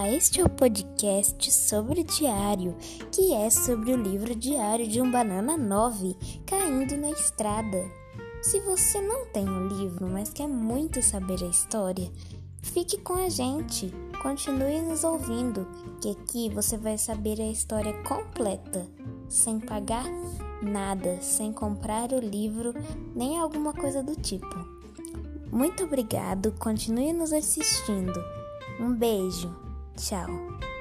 Olá, este é o podcast sobre o diário, que é sobre o livro Diário de um Banana 9, caindo na estrada. Se você não tem o livro, mas quer muito saber a história, fique com a gente, continue nos ouvindo, que aqui você vai saber a história completa, sem pagar nada, sem comprar o livro, nem alguma coisa do tipo. Muito obrigado, continue nos assistindo. Um beijo, tchau.